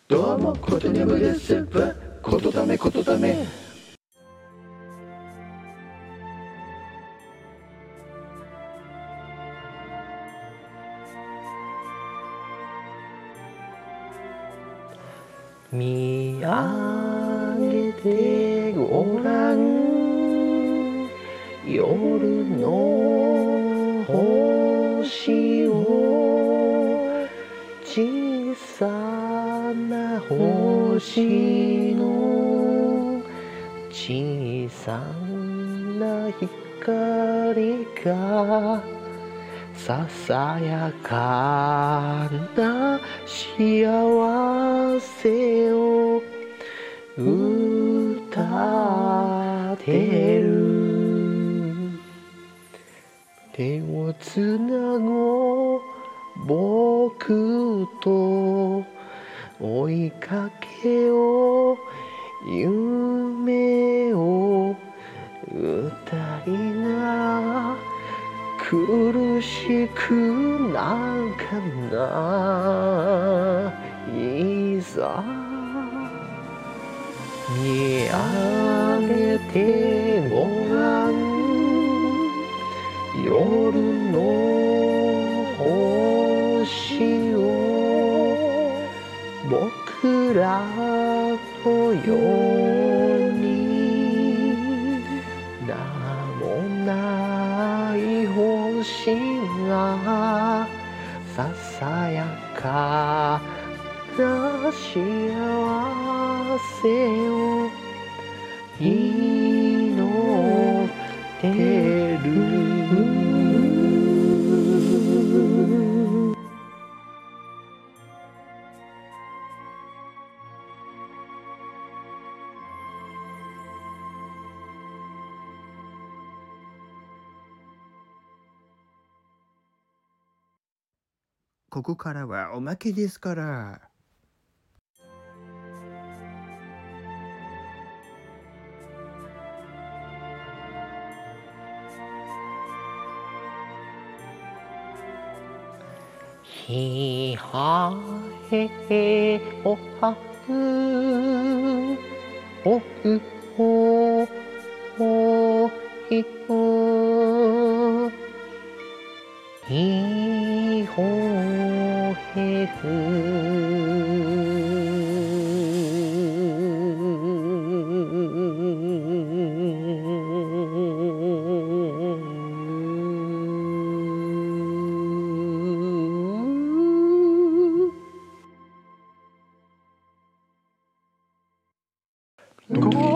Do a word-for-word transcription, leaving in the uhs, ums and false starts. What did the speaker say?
どうもことにゃむですばことだめことだめ見上げてごらん夜の星を小さな星の小さな光がささやかな幸せを歌ってる手をつなごう僕と追いかけよう夢を歌いな苦しくなんかないさ見上げてごらん夜の星を僕らのように名もない星がささやかな幸せを祈ってるここからはおまけですから。 ひはへおはうおうおおひほひほへふご